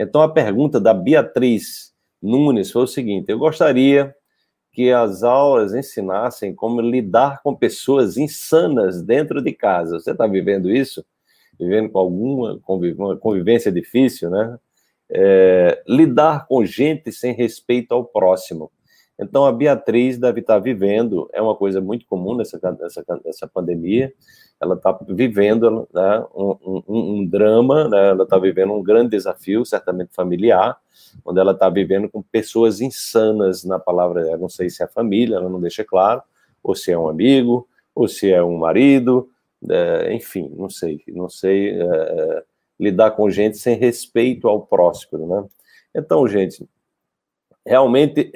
Então, a pergunta da Beatriz Nunes foi o seguinte: eu gostaria que as aulas ensinassem como lidar com pessoas insanas dentro de casa. Você está vivendo isso? Vivendo com alguma convivência difícil, né? Lidar com gente sem respeito ao próximo. Então, a Beatriz deve estar vivendo, é uma coisa muito comum nessa pandemia, ela está vivendo, né, um drama, né, ela está vivendo um grande desafio, certamente familiar, onde ela está vivendo com pessoas insanas, na palavra, eu não sei se é família, ela não deixa claro, ou se é um amigo, ou se é um marido, enfim, não sei, lidar com gente sem respeito ao próximo, né? Então, gente, realmente,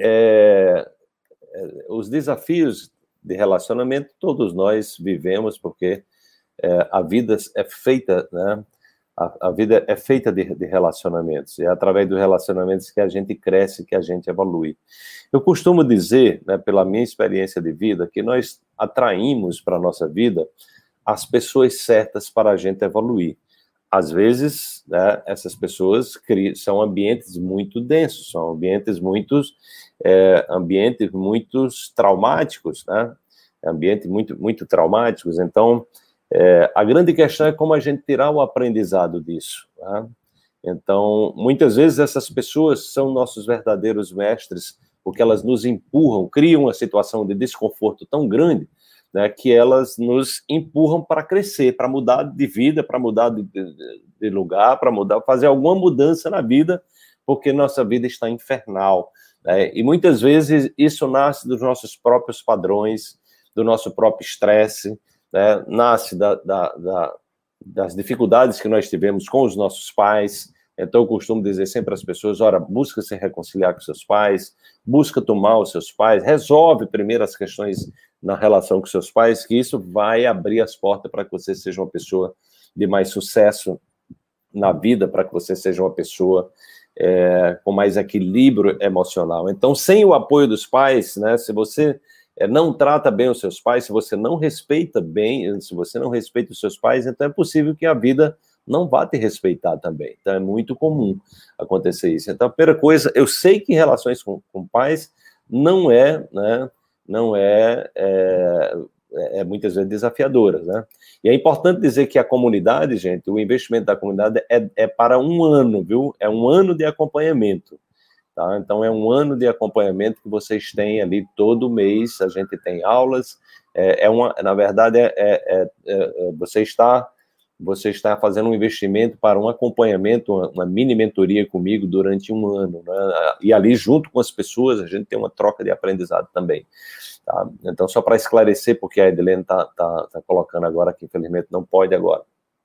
os desafios de relacionamento todos nós vivemos, porque a vida é feita, né? A vida é feita de relacionamentos, e é através dos relacionamentos que a gente cresce, que a gente evolui. Eu costumo dizer, né, pela minha experiência de vida, que nós atraímos para a nossa vida as pessoas certas para a gente evoluir. Às vezes, né, essas pessoas são ambientes muito densos, são ambientes muito traumáticos, né? Ambientes muito traumáticos. Então, a grande questão é como a gente tirar o aprendizado disso, né? Então, muitas vezes essas pessoas são nossos verdadeiros mestres, porque elas nos empurram, criam uma situação de desconforto tão grande, né, que elas nos empurram para crescer, para mudar de vida, para mudar de lugar, para fazer alguma mudança na vida, porque nossa vida está infernal, né? E muitas vezes isso nasce dos nossos próprios padrões, do nosso próprio estresse, né? Nasce das dificuldades que nós tivemos com os nossos pais. Então, eu costumo dizer sempre às pessoas: ora, busca se reconciliar com seus pais, busca tomar os seus pais, resolve primeiro as questões na relação com seus pais, que isso vai abrir as portas para que você seja uma pessoa de mais sucesso na vida, para que você seja uma pessoa com mais equilíbrio emocional. Então, sem o apoio dos pais, né, se você não trata bem os seus pais, se você não respeita bem, se você não respeita os seus pais, então é possível que a vida não vá te respeitar também. Então, é muito comum acontecer isso. Então, a primeira coisa, eu sei que relações com pais não é, né, muitas vezes desafiadoras, né? E é importante dizer que a comunidade, gente, o investimento da comunidade é para um ano, viu? É um ano de acompanhamento, tá? Então, é um ano de acompanhamento que vocês têm ali todo mês, a gente tem aulas, na verdade, você está fazendo um investimento para um acompanhamento, uma mini mentoria comigo durante um ano, né? E ali, junto com as pessoas, a gente tem uma troca de aprendizado também, tá? Então, só para esclarecer, porque a Edilene está colocando agora, que infelizmente não pode agora.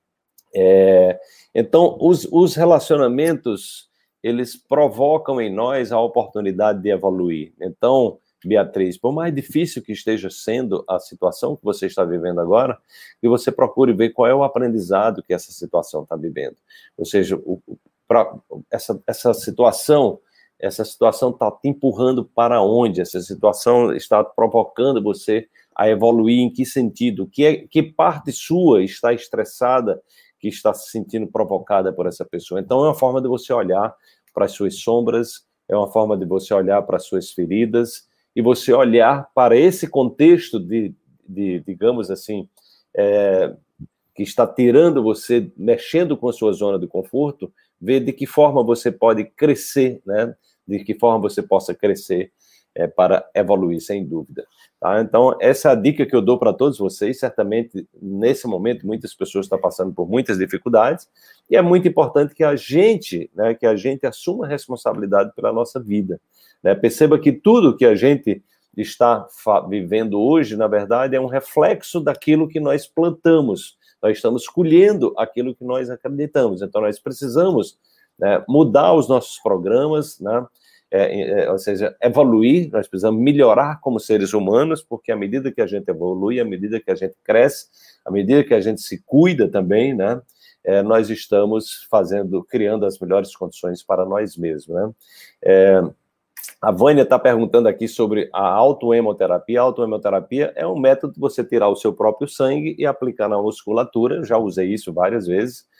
Então, os relacionamentos, eles provocam em nós a oportunidade de evoluir. Então, Beatriz, por mais difícil que esteja sendo a situação que você está vivendo agora, que você procure ver qual é o aprendizado que essa situação está vivendo. Ou seja, essa situação está te empurrando para onde? Essa situação está provocando você a evoluir em que sentido? Que parte sua está estressada, que está se sentindo provocada por essa pessoa? Então, é uma forma de você olhar para as suas sombras, é uma forma de você olhar para as suas feridas, e você olhar para esse contexto digamos assim, que está tirando você, mexendo com a sua zona de conforto, ver de que forma você pode crescer, né? De que forma você possa crescer para evoluir, sem dúvida. Tá? Então, essa é a dica que eu dou para todos vocês. Certamente, nesse momento, muitas pessoas estão passando por muitas dificuldades, e é muito importante que a gente assuma a responsabilidade pela nossa vida, né? Perceba que tudo que a gente está vivendo hoje, na verdade, é um reflexo daquilo que nós plantamos. Nós estamos colhendo aquilo que nós acreditamos. Então, nós precisamos, né, mudar os nossos programas, né? Ou seja, evoluir, nós precisamos melhorar como seres humanos, porque à medida que a gente evolui, à medida que a gente cresce, à medida que a gente se cuida também, né, nós estamos criando as melhores condições para nós mesmos, né? A Vânia está perguntando aqui sobre a autoemoterapia. A autoemoterapia é um método de você tirar o seu próprio sangue e aplicar na musculatura. Eu já usei isso várias vezes.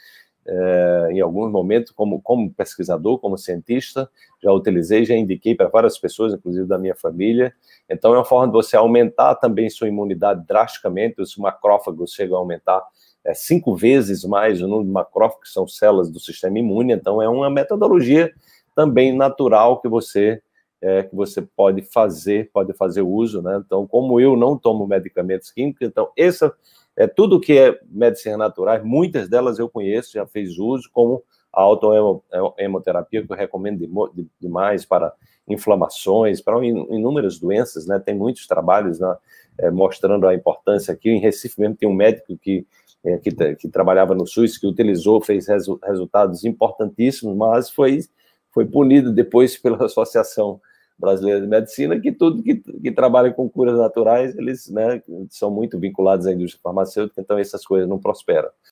em alguns momentos, como pesquisador, como cientista, já utilizei, já indiquei para várias pessoas, inclusive da minha família. Então, é uma forma de você aumentar também sua imunidade drasticamente. Os macrófagos chegam a aumentar 5 vezes mais o número de macrófagos, que são células do sistema imune. Então, é uma metodologia também natural que você pode fazer uso, né? Então, como eu não tomo medicamentos químicos, então, tudo que é medicinas naturais, muitas delas eu conheço, já fiz uso, como a autohemoterapia, que eu recomendo demais para inflamações, para inúmeras doenças, né? Tem muitos trabalhos, né, mostrando a importância aqui. Em Recife mesmo tem um médico que trabalhava no SUS, que fez resultados importantíssimos, mas foi punido depois pela Associação Brasileira de Medicina, que tudo que trabalha com curas naturais, eles, né, são muito vinculados à indústria farmacêutica, então essas coisas não prosperam.